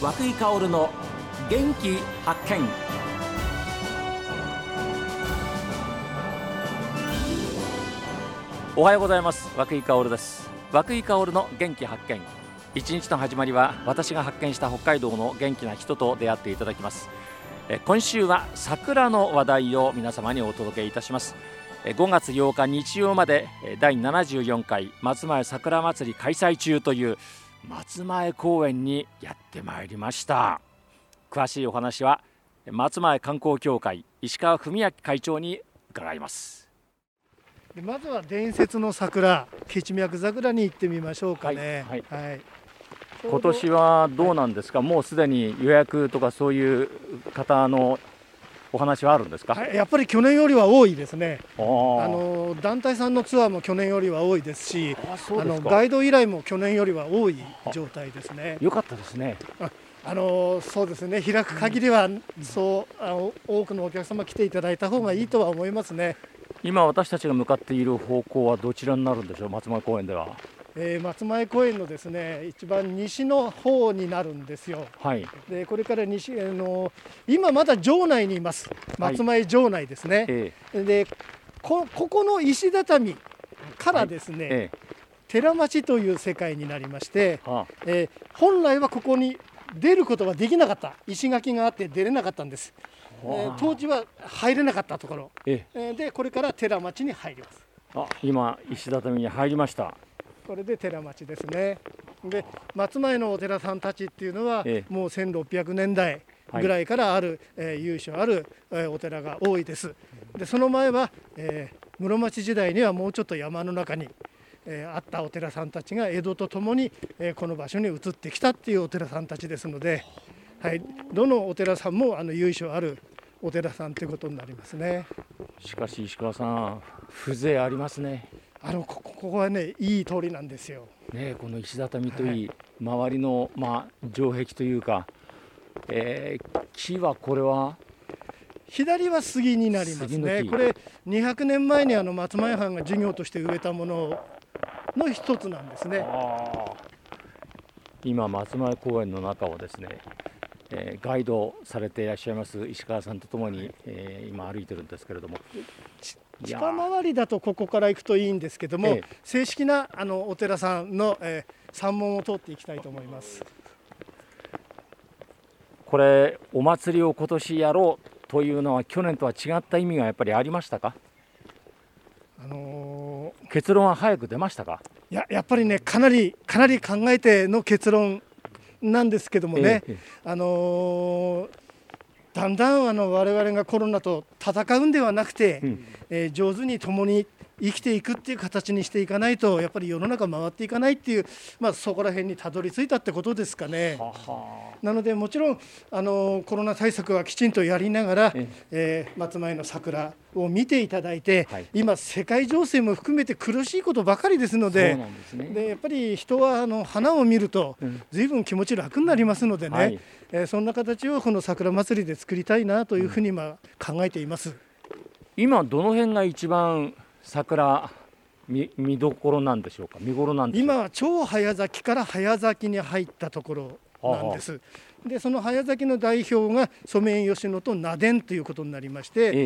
和久井薫の元気発見。おはようございます。和久井薫です。和久井薫の元気発見。一日の始まりは私が発見した北海道の元気な人と出会っていただきます。今週は桜の話題を皆様にお届けいたします。5月8日日曜まで第74回松前桜まつり開催中という松前公園にやってまいりました。詳しいお話は松前観光協会石川文明会長に伺います。 まずは伝説の桜、ケチミヤク桜に行ってみましょうかね。 はいはいはい、今年はどうなんですか。もうすでに予約とかそういう方のお話はあるんですか。 やっぱり去年よりは多いですね。団体さんのツアーも去年よりは多いですし、ガイド依頼も去年よりは多い状態ですね。 よかったですね。 そうですね、開く限りは多くのお客様来ていただいた方がいいとは思いますね。 今私たちが向かっている方向はどちらになるんでしょう。松前公園では、 松前公園のですね一番西の方になるんですよ。はい、でこれから西今まだ城内にいます。松前城内ですね。でここの石畳からですね、寺町という世界になりまして、本来はここに出ることはできなかった、石垣があって出れなかったんです。当時は入れなかったところで、これから寺町に入ります。 今石畳に入りました。 これで寺町ですね。で松前のお寺さんたちっていうのは、もう1600年代ぐらいからある、由緒ある、お寺が多いです。でその前は、室町時代にはもうちょっと山の中に、あったお寺さんたちが江戸とともに、この場所に移ってきたっていうお寺さんたちですので、はい、どのお寺さんも由緒あるお寺さんということになりますね。 しかし石川さん、風情ありますね。 ここはねいい通りなんですよ。 この石畳といい、周りの、城壁というか、木はこれは左は杉になりますね。これ200年前に松前藩が事業として植えたものの一つなんですね。 今松前公園の中をですね、ガイドされていらっしゃいます石川さんとともに、今歩いてるんですけれども、 地下回りだとここから行くといいんですけども、正式なお寺さんの、山門を通っていきたいと思います。 これお祭りを今年やろうというのは去年とは違った意味がやっぱりありましたか。結論は早く出ましたか。 やっぱりねかなり考えての結論なんですけどもね、だんだん我々がコロナと戦うんではなくて、上手に共に生きていくっていう形にしていかないとやっぱり世の中回っていかないっていう、そこら辺にたどり着いたってことですかね。なのでもちろんコロナ対策はきちんとやりながら、松前の桜を見ていただいて、今世界情勢も含めて苦しいことばかりですので、でやっぱり人は花を見ると随分気持ち楽になりますのでね、そんな形をこの桜祭りで作りたいなというふうに今考えています。 今どの辺が一番桜 見どころなんでしょうか。見頃なんでしょうか。 今は超早咲きから早咲きに入ったところなんです。でその早咲きの代表がソメイヨシノとナデンということになりまして、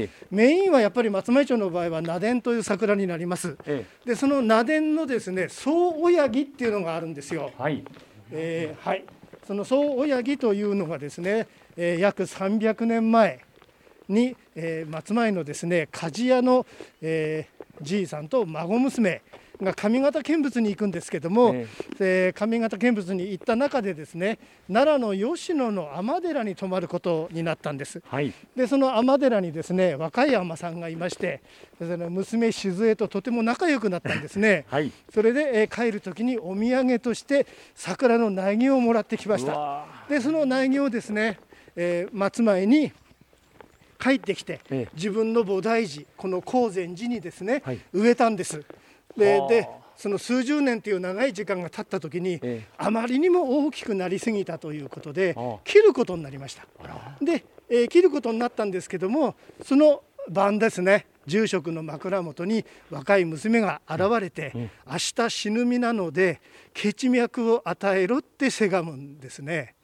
メインはやっぱり松前町の場合はナデンという桜になります。でそのナデンのですね総親木っていうのがあるんですよ。その総親木というのがですね、約300年前に、松前のですね鍛冶屋の、じいさんと孫娘が上方見物に行くんですけども、上方見物に行った中でですね奈良の吉野の尼寺に泊まることになったんです。でその尼寺にですね若い尼さんがいまして、その娘静江ととても仲良くなったんですね。それで、帰る時にお土産として桜の苗木をもらってきました。でその苗木をですね、松前に帰ってきて、自分の菩提寺この高禅寺にですね、植えたんです。でその数十年という長い時間が経った時に、あまりにも大きくなりすぎたということで切ることになりました。で、切ることになったんですけども、その晩ですね住職の枕元に若い娘が現れて、明日死ぬ身なのでケチ脈を与えろってせがむんですね。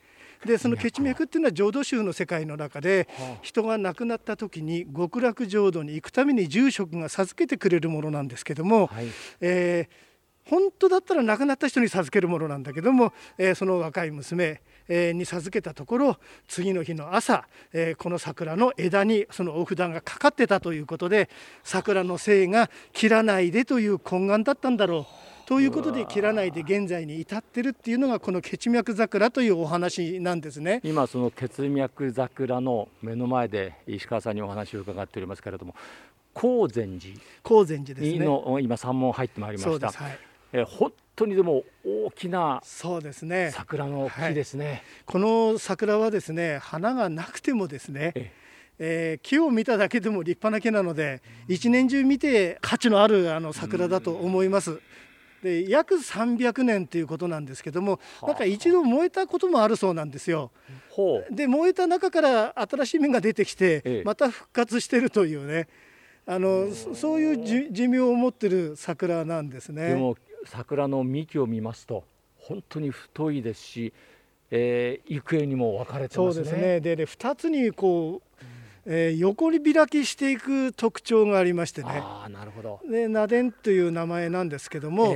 でその血脈っていうのは浄土宗の世界の中で、人が亡くなった時に極楽浄土に行くために住職が授けてくれるものなんですけども、本当だったら亡くなった人に授けるものなんだけども、その若い娘に授けたところ、次の日の朝、この桜の枝にそのお札がかかってたということで、桜の精が切らないでという懇願だったんだろうということで、切らないで現在に至ってるっていうのがこの血脈桜というお話なんですね。 今その血脈桜の目の前で石川さんにお話を伺っておりますけれども、高禅寺ですねの今山門入ってまいりました。本当にでも大きな桜の木ですね。 この桜はですね、花がなくてもですね、木を見ただけでも立派な木なので、一年中見て価値のある桜だと思います。で約300年ということなんですけども、なんか一度燃えたこともあるそうなんですよ。で燃えた中から新しい芽が出てきて、また復活してるというね、そういう寿命を持ってる桜なんですね。 でも桜の幹を見ますと本当に太いですし、幾重にも分かれてますね。 そうですね。で2つにこう、横に開きしていく特徴がありましてね。 なるほど。 で螺鈿という名前なんですけども、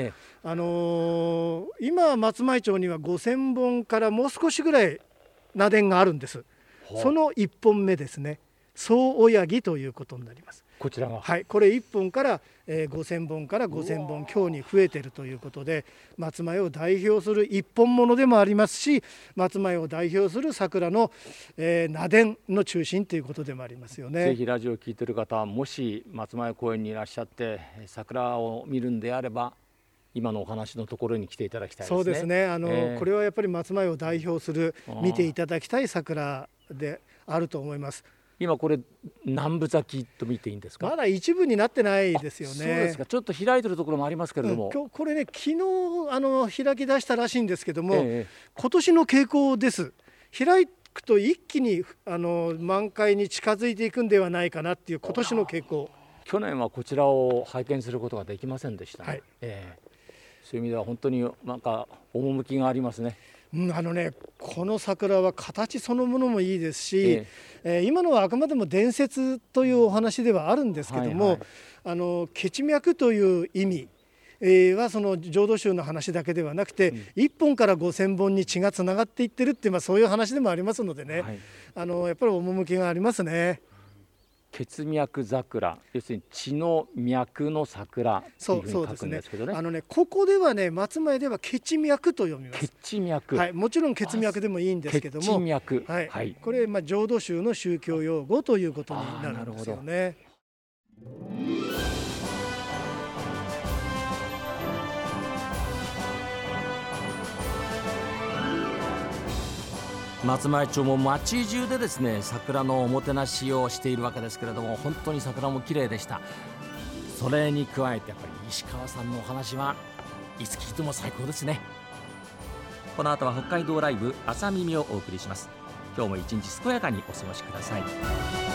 今松前町には5000本からもう少しぐらい螺鈿があるんです。その1本目ですね、総親木ということになります。 こちらが、 これ1本から、5000本から5000本強に増えているということで、松前を代表する一本物でもありますし、松前を代表する桜の、螺鈿の中心ということでもありますよね。 ぜひラジオを聞いている方、もし松前公園にいらっしゃって桜を見るんであれば、今のお話のところに来ていただきたいですね。 そうですね。これはやっぱり松前を代表する、見ていただきたい桜であると思います。 今これ何分咲きと見ていいんですか？ まだ一部になってないですよね。 そうですか。ちょっと開いてるところもありますけれども、 これね、昨日開き出したらしいんですけども、今年の傾向です。開くと一気に満開に近づいていくんではないかなっていう今年の傾向。 去年はこちらを拝見することができませんでしたね。そういう意味では本当になんか趣がありますね。 この桜は形そのものもいいですし、今のはあくまでも伝説というお話ではあるんですけども、血脈という意味はその浄土宗の話だけではなくて、1本から5000本に血がつながっていってるって、そういう話でもありますのでね、やっぱり趣がありますね。 血脈桜、要するに血の脈の桜というふうに書くんですけどね。 ここではね、松前では血脈と読みます。 血脈、 もちろん血脈でもいいんですけども、 血脈、 これ浄土宗の宗教用語ということになるんですよね。 松前町も町中でですね、桜のおもてなしをしているわけですけれども、本当に桜も綺麗でした。それに加えてやっぱり石川さんのお話はいつ聞いても最高ですね。この後は北海道ライブ朝耳をお送りします。今日も一日健やかにお過ごしください。